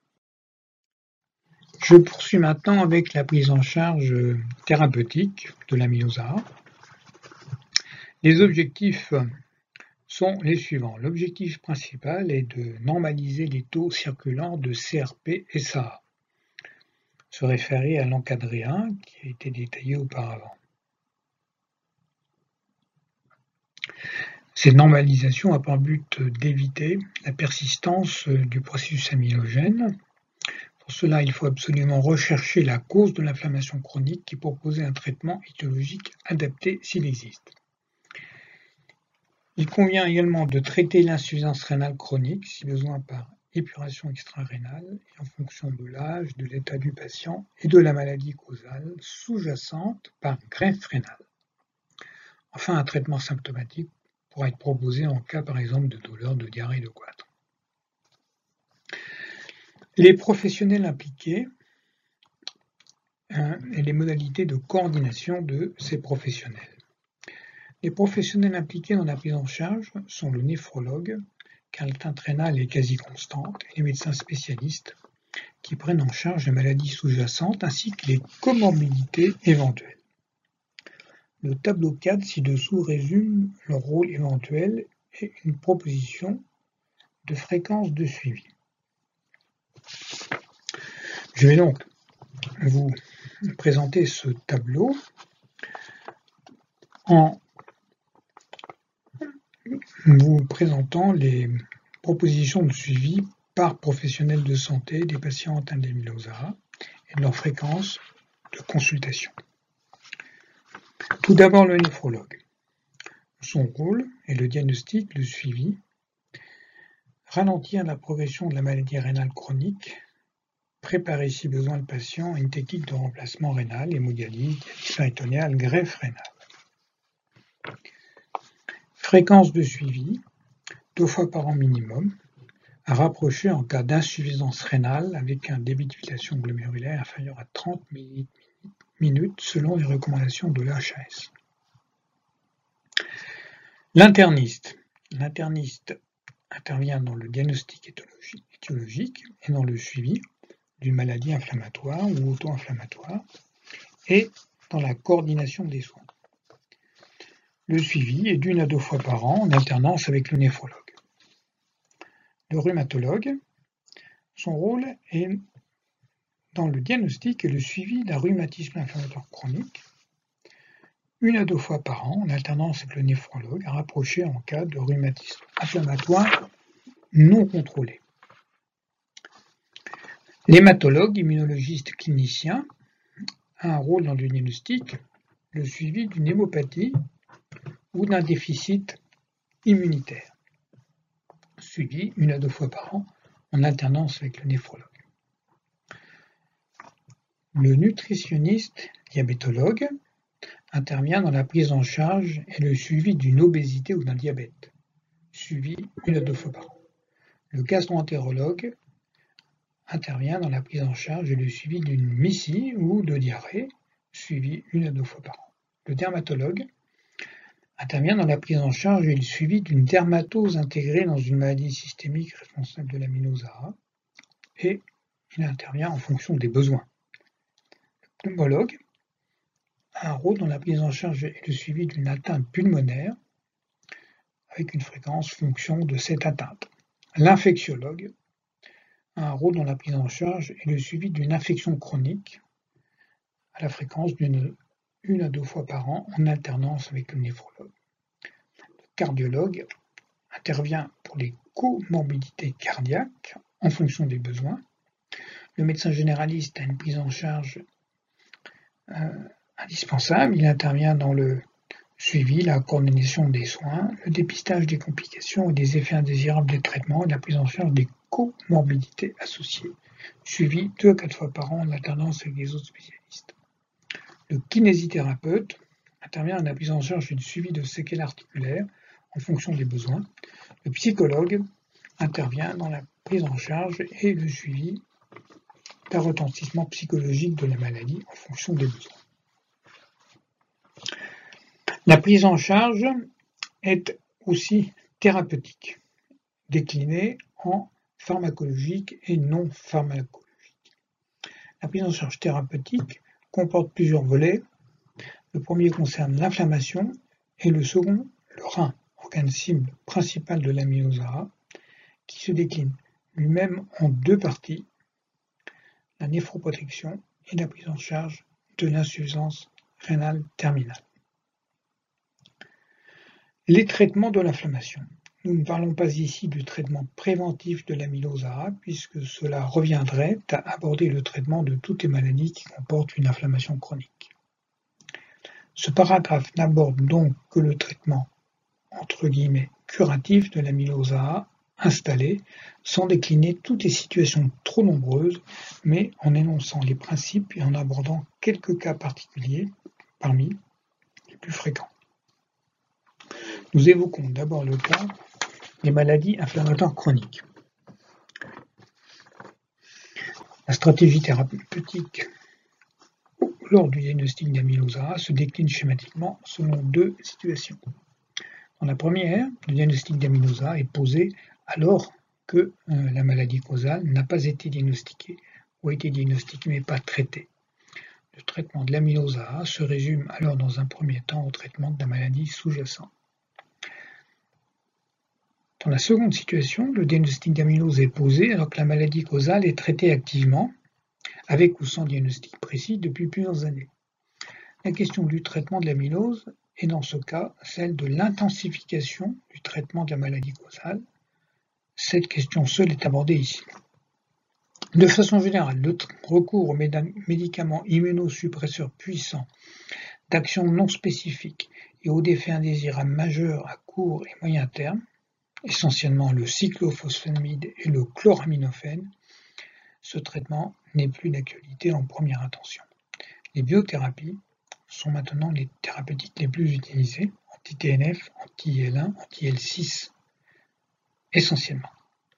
Je poursuis maintenant avec la prise en charge thérapeutique de l'amylose A A. Les objectifs sont les suivants. L'objectif principal est de normaliser les taux circulants de C R P S A A, se référer à l'encadré un qui a été détaillé auparavant. Cette normalisation a pour but d'éviter la persistance du processus amylogène. Pour cela, il faut absolument rechercher la cause de l'inflammation chronique et proposer un traitement étiologique adapté s'il existe. Il convient également de traiter l'insuffisance rénale chronique, si besoin par épuration extra-rénale, et en fonction de l'âge, de l'état du patient et de la maladie causale sous-jacente par greffe rénale. Enfin, un traitement symptomatique pourra être proposé en cas par exemple de douleur, de diarrhée, de goitre. Les professionnels impliqués hein, et les modalités de coordination de ces professionnels. Les professionnels impliqués dans la prise en charge sont le néphrologue, car l'atteinte rénale est quasi constante, et les médecins spécialistes qui prennent en charge les maladies sous-jacentes ainsi que les comorbidités éventuelles. Le tableau quatre ci-dessous résume leur rôle éventuel et une proposition de fréquence de suivi. Je vais donc vous présenter ce tableau en vous présentant les propositions de suivi par professionnels de santé des patients atteints d'amylose A A et de leur fréquence de consultation. Tout d'abord, le néphrologue. Son rôle est le diagnostic, le suivi, ralentir la progression de la maladie rénale chronique, préparer si besoin le patient à une technique de remplacement rénal, hémodialyse, dialyse péritonéale, greffe rénale. Fréquence de suivi, deux fois par an minimum, à rapprocher en cas d'insuffisance rénale avec un débit de filtration glomérulaire inférieur à trente minutes selon les recommandations de l'H A S. L'interniste. L'interniste intervient dans le diagnostic étiologique et dans le suivi d'une maladie inflammatoire ou auto-inflammatoire et dans la coordination des soins. Le suivi est d'une à deux fois par an en alternance avec le néphrologue. Le rhumatologue, Son rôle est dans le diagnostic et le suivi d'un rhumatisme inflammatoire chronique, une à deux fois par an, en alternance avec le néphrologue, à rapprocher en cas de rhumatisme inflammatoire non contrôlé. L'hématologue, immunologiste clinicien, a un rôle dans le diagnostic, le suivi d'une hémopathie ou d'un déficit immunitaire, suivi une à deux fois par an, en alternance avec le néphrologue. Le nutritionniste diabétologue intervient dans la prise en charge et le suivi d'une obésité ou d'un diabète, suivi une à deux fois par an. Le gastro-entérologue intervient dans la prise en charge et le suivi d'une mysie ou de diarrhée, suivi une à deux fois par an. Le dermatologue intervient dans la prise en charge et le suivi d'une dermatose intégrée dans une maladie systémique responsable de l'aminose A A, et il intervient en fonction des besoins. Le pneumologue a un rôle dans la prise en charge et le suivi d'une atteinte pulmonaire avec une fréquence fonction de cette atteinte. L'infectiologue a un rôle dans la prise en charge et le suivi d'une infection chronique à la fréquence d'une une à deux fois par an en alternance avec le néphrologue. Le cardiologue intervient pour les comorbidités cardiaques en fonction des besoins. Le médecin généraliste a une prise en charge euh, indispensable. Il intervient dans le suivi, la coordination des soins, le dépistage des complications et des effets indésirables des traitements et la prise en charge des comorbidités associées, suivi deux à quatre fois par an en alternance avec les autres spécialistes. Le kinésithérapeute intervient dans la prise en charge et le suivi de séquelles articulaires en fonction des besoins. Le psychologue intervient dans la prise en charge et le suivi d'un retentissement psychologique de la maladie en fonction des besoins. La prise en charge est aussi thérapeutique, déclinée en pharmacologique et non pharmacologique. La prise en charge thérapeutique comporte plusieurs volets. Le premier concerne l'inflammation et le second, le rein, organe cible principal de l'aminose A A, qui se décline lui-même en deux parties, la néphroprotection et la prise en charge de l'insuffisance rénale terminale. Les traitements de l'inflammation. Nous ne parlons pas ici du traitement préventif de l'aminose A A, puisque cela reviendrait à aborder le traitement de toutes les maladies qui comportent une inflammation chronique. Ce paragraphe n'aborde donc que le traitement, entre guillemets, curatif de l'aminose A A installée, sans décliner toutes les situations trop nombreuses, mais en énonçant les principes et en abordant quelques cas particuliers parmi les plus fréquents. Nous évoquons d'abord le cas des maladies inflammatoires chroniques. La stratégie thérapeutique lors du diagnostic d'aminose A A se décline schématiquement selon deux situations. Dans la première, le diagnostic d'aminose A A est posé alors que euh, la maladie causale n'a pas été diagnostiquée ou a été diagnostiquée mais pas traitée. Le traitement de l'aminose A A se résume alors dans un premier temps au traitement de la maladie sous-jacente. Dans la seconde situation, le diagnostic d'aminose est posé alors que la maladie causale est traitée activement, avec ou sans diagnostic précis, depuis plusieurs années. La question du traitement de l'aminose est dans ce cas celle de l'intensification du traitement de la maladie causale. Cette question seule est abordée ici. De façon générale, le recours aux médicaments immunosuppresseurs puissants, d'action non spécifique et aux effets indésirables majeurs à court et moyen terme, essentiellement le cyclophosphamide et le chloraminophène, ce traitement n'est plus d'actualité en première intention. Les biothérapies sont maintenant les thérapeutiques les plus utilisées, anti-T N F, anti-I L un, anti-I L six, essentiellement.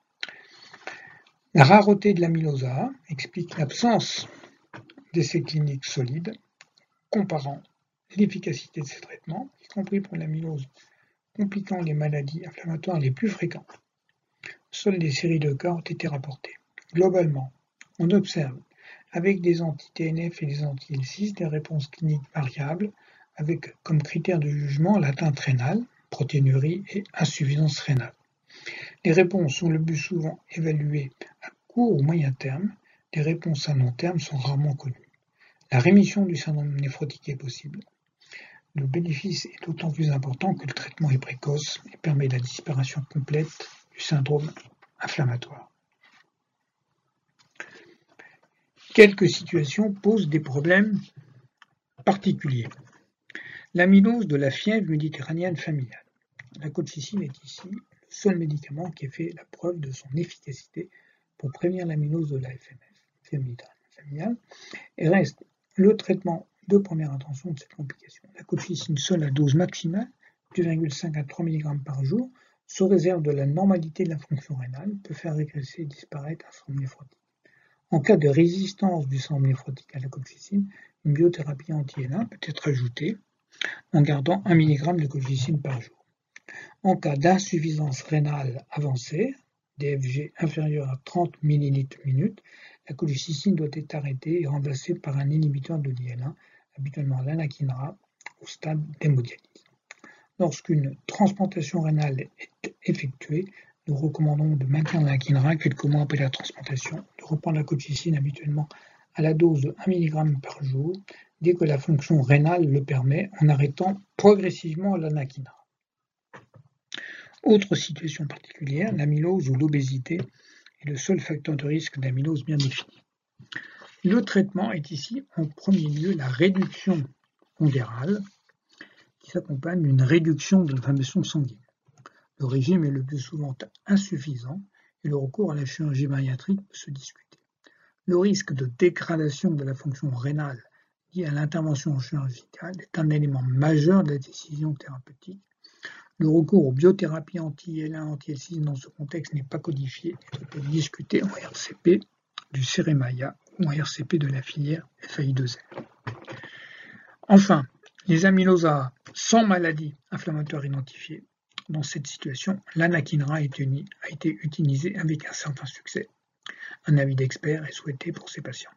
La rareté de l'aminose A A explique l'absence d'essais cliniques solides comparant l'efficacité de ces traitements, y compris pour l'amylose compliquant les maladies inflammatoires les plus fréquentes. Seules des séries de cas ont été rapportées. Globalement, on observe avec des anti-T N F et des anti-I L six des réponses cliniques variables avec comme critère de jugement l'atteinte rénale, protéinurie et insuffisance rénale. Les réponses sont le plus souvent évaluées à court ou moyen terme, les réponses à long terme sont rarement connues. La rémission du syndrome néphrotique est possible. Le bénéfice est d'autant plus important que le traitement est précoce et permet la disparition complète du syndrome inflammatoire. Quelques situations posent des problèmes particuliers. L'amylose de la fièvre méditerranéenne familiale. La colchicine est ici le seul médicament qui ait fait la preuve de son efficacité pour prévenir l'amylose de la F M F, fièvre méditerranéenne familiale, et reste le traitement de première intention de cette complication. La colchicine seule à dose maximale, deux virgule cinq à trois milligrammes par jour, sous réserve de la normalité de la fonction rénale, peut faire régresser et disparaître un syndrome néphrotique. En cas de résistance du syndrome néphrotique à la colchicine, une biothérapie anti-L un peut être ajoutée en gardant un milligramme de colchicine par jour. En cas d'insuffisance rénale avancée, D F G inférieur à trente millilitres minute, la colchicine doit être arrêtée et remplacée par un inhibiteur de l'I L un, habituellement l'anakinra, au stade d'hémodialyse. Lorsqu'une transplantation rénale est effectuée, nous recommandons de maintenir l'anakinra quelques mois après la transplantation, de reprendre la colchicine habituellement à la dose de un milligramme par jour, dès que la fonction rénale le permet, en arrêtant progressivement l'anakinra. Autre situation particulière, l'amylose ou l'obésité est le seul facteur de risque d'amylose bien défini. Le traitement est ici en premier lieu la réduction pondérale qui s'accompagne d'une réduction de l'inflammation sanguine. Le régime est le plus souvent insuffisant et le recours à la chirurgie bariatrique peut se discuter. Le risque de dégradation de la fonction rénale lié à l'intervention chirurgicale est un élément majeur de la décision thérapeutique. Le recours aux biothérapies anti-L un, anti-L six dans ce contexte n'est pas codifié et peut être discuté en R C P du Céremaia ou en R C P de la filière F A I deux R. Enfin, les amyloses A sans maladie inflammatoire identifiée. Dans cette situation, l'anakinra a été utilisé avec un certain succès. Un avis d'expert est souhaité pour ces patients.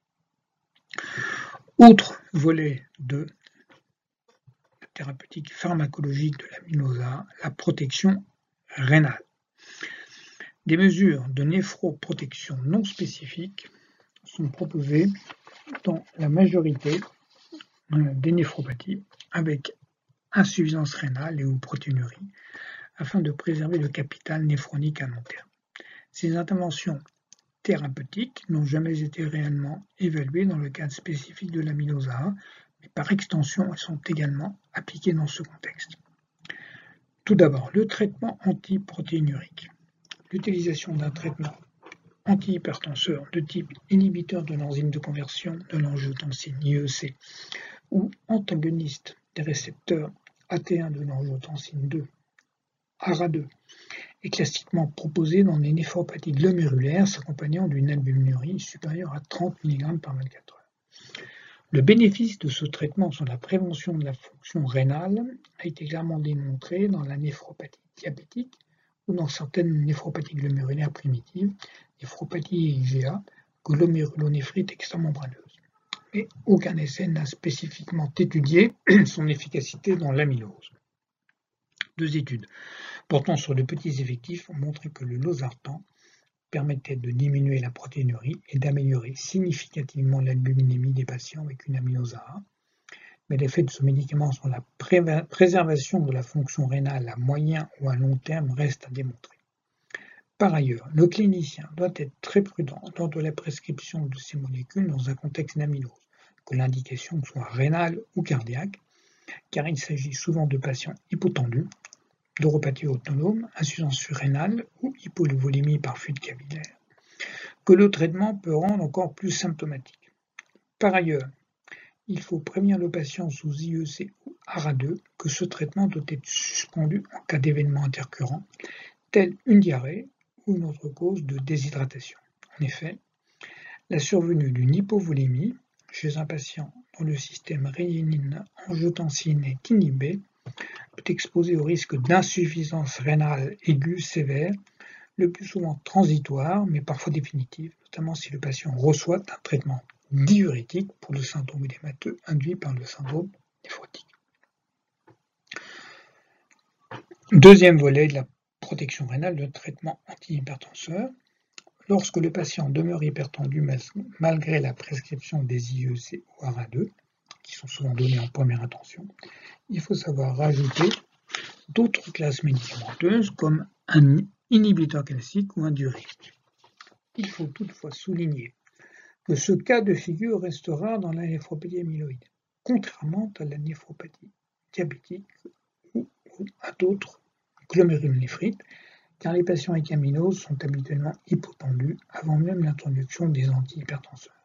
Autre volet de thérapeutique pharmacologique de l'amylose A, la protection rénale. Des mesures de néphroprotection non spécifiques sont proposées dans la majorité des néphropathies avec insuffisance rénale et ou protéinurie afin de préserver le capital néphronique à long terme. Ces interventions thérapeutiques n'ont jamais été réellement évaluées dans le cadre spécifique de l'amylose A, mais par extension, elles sont également appliquées dans ce contexte. Tout d'abord, le traitement antiprotéinurique. L'utilisation d'un traitement antihypertenseur de type inhibiteur de l'enzyme de conversion de l'angiotensine I E C ou antagoniste des récepteurs A T un de l'angiotensine deux, A R A deux, est classiquement proposé dans les néphropathies glomérulaires s'accompagnant d'une albuminurie supérieure à trente milligrammes par vingt-quatre heures. Le bénéfice de ce traitement sur la prévention de la fonction rénale a été clairement démontré dans la néphropathie diabétique ou dans certaines néphropathies glomérulaires primitives, néphropathie I G A, glomérulonéphrite extramembraneuse. Mais aucun essai n'a spécifiquement étudié son efficacité dans l'amylose. Deux études portant sur de petits effectifs ont montré que le losartan permettait de diminuer la protéinurie et d'améliorer significativement l'albuminémie des patients avec une amylose A, mais l'effet de ce médicament sur la pré préservation de la fonction rénale à moyen ou à long terme reste à démontrer. Par ailleurs, le clinicien doit être très prudent lors de la prescription de ces molécules dans un contexte d'amylose, que l'indication soit rénale ou cardiaque, car il s'agit souvent de patients hypotendus, d'uropathie autonome, insuffisance rénale ou hypovolémie par fuite capillaire, que le traitement peut rendre encore plus symptomatique. Par ailleurs, il faut prévenir le patient sous I E C ou A R A deux que ce traitement doit être suspendu en cas d'événements intercurrents, tels une diarrhée ou une autre cause de déshydratation. En effet, la survenue d'une hypovolémie chez un patient dont le système rénine-angiotensine est inhibé peut exposer au risque d'insuffisance rénale aiguë sévère, le plus souvent transitoire, mais parfois définitive, notamment si le patient reçoit un traitement diurétique pour le syndrome édémateux induit par le syndrome néphrotique. Deuxième volet de la protection rénale, le traitement antihypertenseur. lorsque le patient demeure hypertendu malgré la prescription des I E C ou A R A deux, qui sont souvent donnés en première intention, il faut savoir rajouter d'autres classes médicamenteuses comme un inhibiteur classique ou un diurétique. Il faut toutefois souligner que ce cas de figure reste rare dans la néphropathie amyloïde, contrairement à la néphropathie diabétique ou à d'autres glomérulonéphrite, car les patients avec amylose sont habituellement hypotendus avant même l'introduction des antihypertenseurs.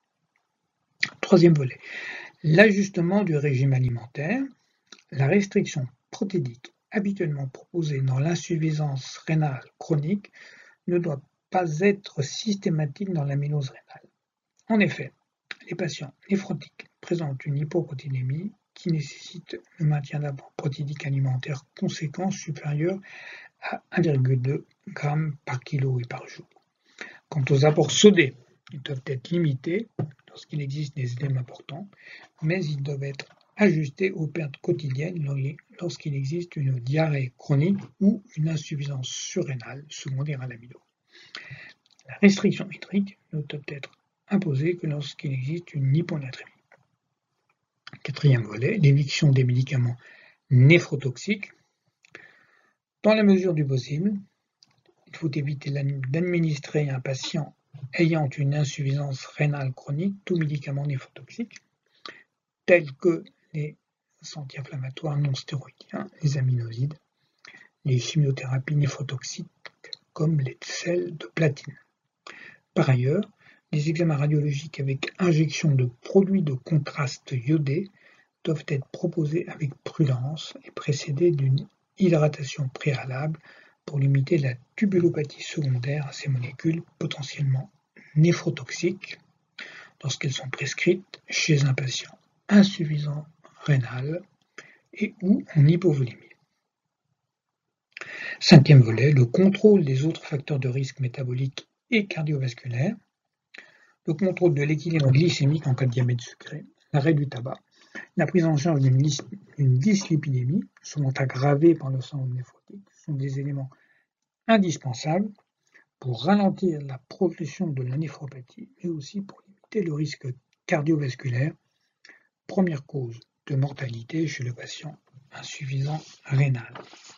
Troisième volet, l'ajustement du régime alimentaire. La restriction protéique habituellement proposée dans l'insuffisance rénale chronique ne doit pas être systématique dans l'amylose rénale. En effet, les patients néphrotiques présentent une hypoprotéinémie qui nécessite le maintien d'apport protéique alimentaire conséquent supérieur à un virgule deux grammes par kilo et par jour. Quant aux apports sodés, ils doivent être limités lorsqu'il existe des édèmes importants, mais ils doivent être ajustés aux pertes quotidiennes lorsqu'il existe une diarrhée chronique ou une insuffisance surrénale secondaire à l'amylose. La restriction hydrique ne doit être imposée que lorsqu'il existe une hyponatrémie. Quatrième volet, l'éviction des médicaments néphrotoxiques. Dans la mesure du possible, il faut éviter d'administrer à un patient ayant une insuffisance rénale chronique tout médicament néphrotoxique, tels que les anti-inflammatoires non stéroïdiens, les aminosides, les chimiothérapies néphrotoxiques comme les sels de platine. Par ailleurs, les examens radiologiques avec injection de produits de contraste iodés doivent être proposés avec prudence et précédés d'une hydratation préalable pour limiter la tubulopathie secondaire à ces molécules potentiellement néphrotoxiques lorsqu'elles sont prescrites chez un patient insuffisant rénal et ou en hypovolémie. Cinquième volet, le contrôle des autres facteurs de risque métabolique et cardiovasculaire, le contrôle de l'équilibre glycémique en cas de diabète sucré, l'arrêt du tabac, la prise en charge d'une dyslipidémie, souvent aggravée par le syndrome néphrotique, sont des éléments indispensables pour ralentir la progression de la néphropathie, mais aussi pour limiter le risque cardiovasculaire, première cause de mortalité chez le patient insuffisant rénal.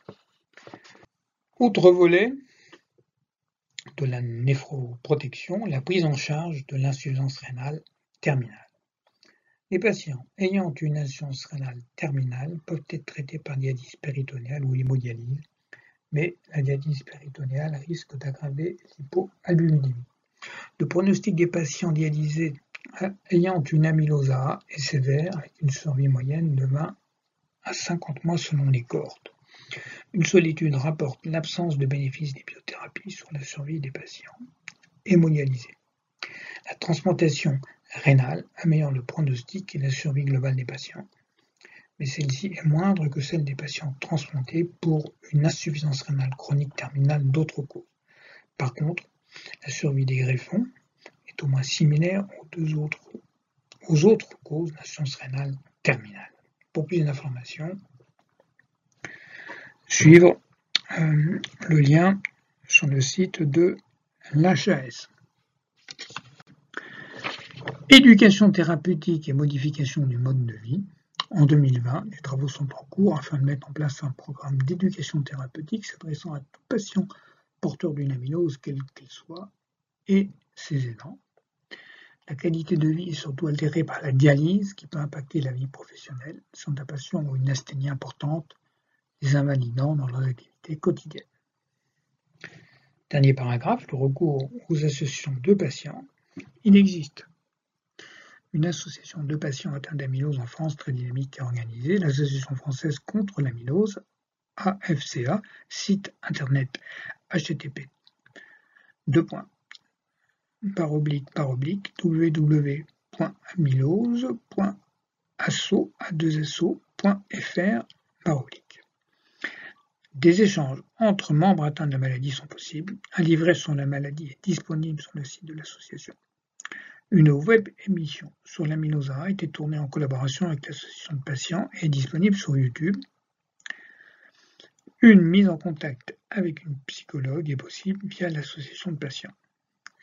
Autre volet de la néphroprotection, la prise en charge de l'insuffisance rénale terminale. Les patients ayant une insuffisance rénale terminale peuvent être traités par dialyse péritonéale ou hémodialyse, mais la dialyse péritonéale risque d'aggraver l'hypoalbuminémie. Le pronostic des patients dialysés ayant une amylose A est sévère, avec une survie moyenne de vingt à cinquante mois selon les cohortes. Une seule étude rapporte l'absence de bénéfice des biothérapies sur la survie des patients hémodialysés. La transplantation rénale améliore le pronostic et la survie globale des patients, mais celle-ci est moindre que celle des patients transplantés pour une insuffisance rénale chronique terminale d'autres causes. Par contre, la survie des greffons est au moins similaire aux, deux autres, aux autres causes d'insuffisance rénale terminale. Pour plus d'informations, suivre euh, le lien sur le site de l'H A S. Éducation thérapeutique et modification du mode de vie. En deux mille vingt, les travaux sont en cours afin de mettre en place un programme d'éducation thérapeutique s'adressant à tout patient porteur d'une amylose, quelle qu'elle soit, et ses aidants. La qualité de vie est surtout altérée par la dialyse qui peut impacter la vie professionnelle. Certains patients ont une asthénie importante, les invalidant dans leurs activités quotidiennes. Dernier paragraphe, le recours aux associations de patients. Il existe une association de patients atteints d'amylose en France très dynamique et organisée, l'Association française contre l'amylose, A F C A, site internet h t t p deux points par oblique par oblique w w w point amylose point asso point f r par oblique. Des échanges entre membres atteints de la maladie sont possibles. Un livret sur la maladie est disponible sur le site de l'association. Une web émission sur l'amylose A a été tournée en collaboration avec l'association de patients et est disponible sur YouTube. Une mise en contact avec une psychologue est possible via l'association de patients.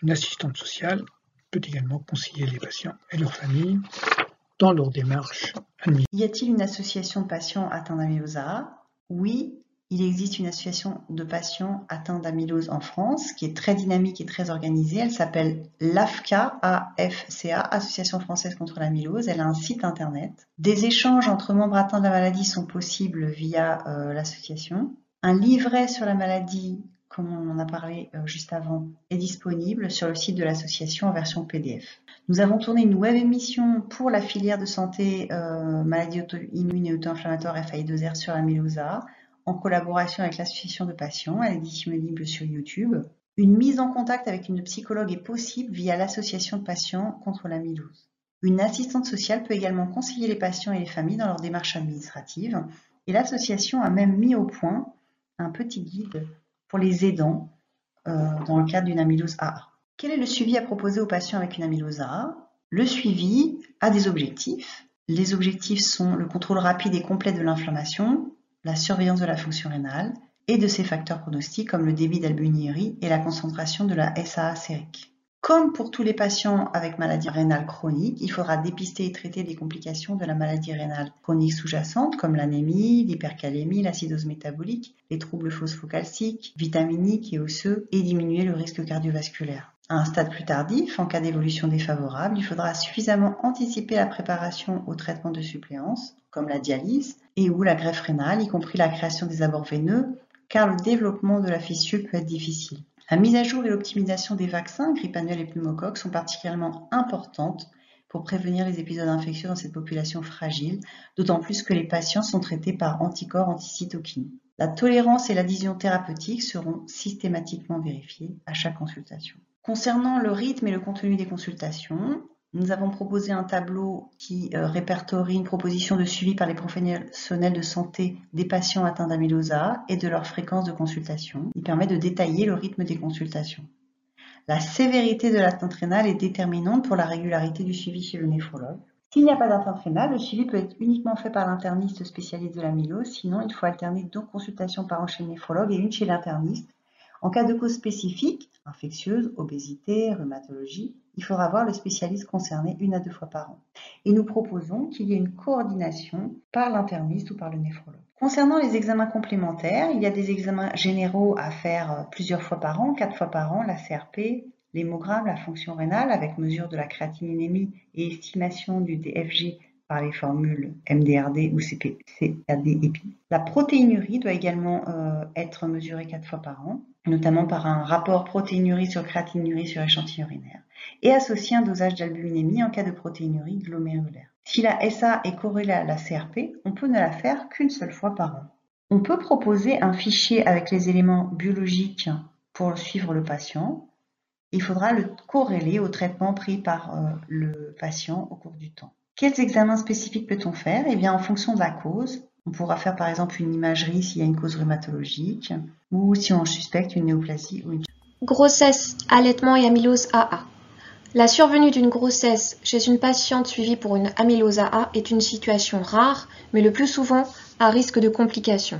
Une assistante sociale peut également conseiller les patients et leurs familles dans leur démarche administrative. Y a-t-il une association de patients atteints d'amylose A? Oui, il existe une association de patients atteints d'amylose en France qui est très dynamique et très organisée. Elle s'appelle l'AFCA, A F C A, Association française contre l'amylose. Elle a un site internet. Des échanges entre membres atteints de la maladie sont possibles via euh, l'association. Un livret sur la maladie, comme on en a parlé euh, juste avant, est disponible sur le site de l'association en version P D F. Nous avons tourné une web émission pour la filière de santé euh, maladie auto-immune et auto-inflammatoire F A I deux R sur l'amylose A, en collaboration avec l'association de patients. Elle est disponible sur YouTube. Une mise en contact avec une psychologue est possible via l'association de patients contre l'amylose. Une assistante sociale peut également conseiller les patients et les familles dans leurs démarches administratives. Et l'association a même mis au point un petit guide pour les aidants euh, dans le cadre d'une amylose A A. Quel est le suivi à proposer aux patients avec une amylose A? Le suivi a des objectifs. Les objectifs sont le contrôle rapide et complet de l'inflammation, la surveillance de la fonction rénale et de ses facteurs pronostiques comme le débit d'albuminurie et la concentration de la S A A sérique. Comme pour tous les patients avec maladie rénale chronique, il faudra dépister et traiter les complications de la maladie rénale chronique sous-jacente comme l'anémie, l'hypercalémie, l'acidose métabolique, les troubles phosphocalciques, vitaminiques et osseux et diminuer le risque cardiovasculaire. À un stade plus tardif, en cas d'évolution défavorable, il faudra suffisamment anticiper la préparation au traitement de suppléance, comme la dialyse et ou la greffe rénale, y compris la création des abords veineux, car le développement de la fissure peut être difficile. La mise à jour et l'optimisation des vaccins, grippe annuelle et pneumocoque, sont particulièrement importantes pour prévenir les épisodes infectieux dans cette population fragile, d'autant plus que les patients sont traités par anticorps anticytokines. La tolérance et l'adhésion thérapeutique seront systématiquement vérifiées à chaque consultation. Concernant le rythme et le contenu des consultations, nous avons proposé un tableau qui euh, répertorie une proposition de suivi par les professionnels de santé des patients atteints d'amylose A et de leur fréquence de consultation. Il permet de détailler le rythme des consultations. La sévérité de l'atteinte rénale est déterminante pour la régularité du suivi chez le néphrologue. S'il n'y a pas d'atteinte rénale, le suivi peut être uniquement fait par l'interniste spécialiste de l'amylose, sinon il faut alterner deux consultations par an chez le néphrologue et une chez l'interniste. En cas de cause spécifique, infectieuse, obésité, rhumatologie, il faudra voir le spécialiste concerné une à deux fois par an. Et nous proposons qu'il y ait une coordination par l'interniste ou par le néphrologue. Concernant les examens complémentaires, il y a des examens généraux à faire plusieurs fois par an, quatre fois par an, la C R P, l'hémogramme, la fonction rénale avec mesure de la créatininémie et estimation du D F G par les formules M D R D ou C P C R D E P I. La protéinurie doit également euh, être mesurée quatre fois par an, notamment par un rapport protéinurie sur créatinurie sur échantillon urinaire, et associer un dosage d'albuminémie en cas de protéinurie glomérulaire. Si la S A est corrélée à la C R P, on peut ne la faire qu'une seule fois par an. On peut proposer un fichier avec les éléments biologiques pour suivre le patient. Il faudra le corréler au traitement pris par euh, le patient au cours du temps. Quels examens spécifiques peut-on faire? Eh bien, en fonction de la cause, on pourra faire par exemple une imagerie s'il y a une cause rhumatologique ou si on suspecte une néoplasie ou une... Grossesse, allaitement et amylose A A. La survenue d'une grossesse chez une patiente suivie pour une amylose A A est une situation rare, mais le plus souvent à risque de complications.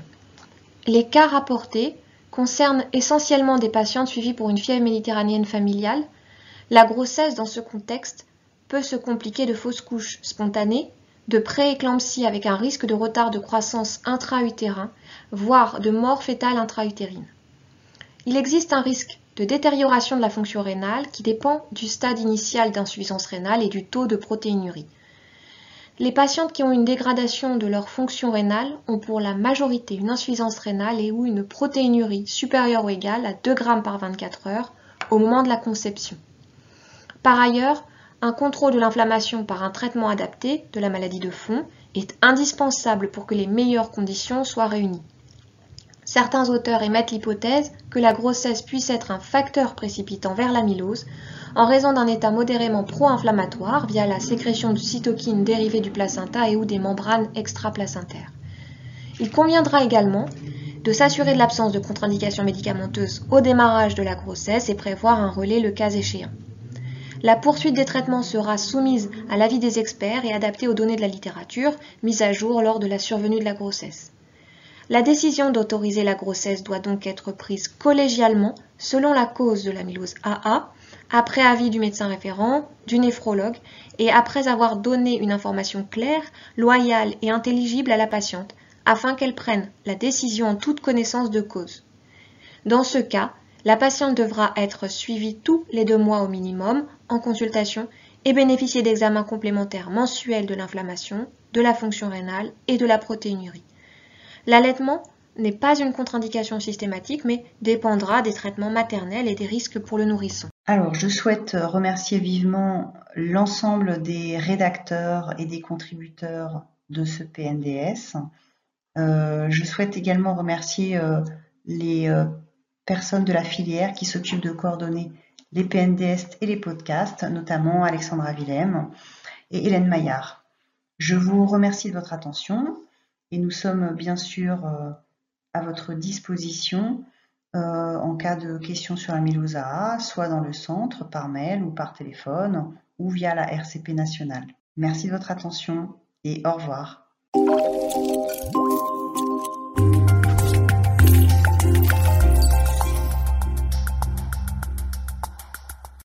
Les cas rapportés concernent essentiellement des patientes suivies pour une fièvre méditerranéenne familiale. La grossesse dans ce contexte peut se compliquer de fausses couches spontanées, de prééclampsie avec un risque de retard de croissance intra-utérin, voire de mort fœtale intra-utérine. Il existe un risque de détérioration de la fonction rénale qui dépend du stade initial d'insuffisance rénale et du taux de protéinurie. Les patientes qui ont une dégradation de leur fonction rénale ont pour la majorité une insuffisance rénale et ou une protéinurie supérieure ou égale à deux grammes par vingt-quatre heures au moment de la conception. Par ailleurs, un contrôle de l'inflammation par un traitement adapté de la maladie de fond est indispensable pour que les meilleures conditions soient réunies. Certains auteurs émettent l'hypothèse que la grossesse puisse être un facteur précipitant vers l'amylose en raison d'un état modérément pro-inflammatoire via la sécrétion de cytokines dérivées du placenta et ou des membranes extraplacentaires. Il conviendra également de s'assurer de l'absence de contre-indication médicamenteuse au démarrage de la grossesse et prévoir un relais le cas échéant. La poursuite des traitements sera soumise à l'avis des experts et adaptée aux données de la littérature, mises à jour lors de la survenue de la grossesse. La décision d'autoriser la grossesse doit donc être prise collégialement selon la cause de l'amylose A A, après avis du médecin référent, du néphrologue et après avoir donné une information claire, loyale et intelligible à la patiente, afin qu'elle prenne la décision en toute connaissance de cause. Dans ce cas, la patiente devra être suivie tous les deux mois au minimum en consultation et bénéficier d'examens complémentaires mensuels de l'inflammation, de la fonction rénale et de la protéinurie. L'allaitement n'est pas une contre-indication systématique, mais dépendra des traitements maternels et des risques pour le nourrisson. Alors, je souhaite remercier vivement l'ensemble des rédacteurs et des contributeurs de ce P N D S. Euh, je souhaite également remercier euh, les euh, personnes de la filière qui s'occupent de coordonner les P N D S et les podcasts, notamment Alexandra Willem et Hélène Maillard. Je vous remercie de votre attention et nous sommes bien sûr euh, à votre disposition euh, en cas de questions sur l'amylose A A, soit dans le centre, par mail ou par téléphone, ou via la R C P nationale. Merci de votre attention et au revoir.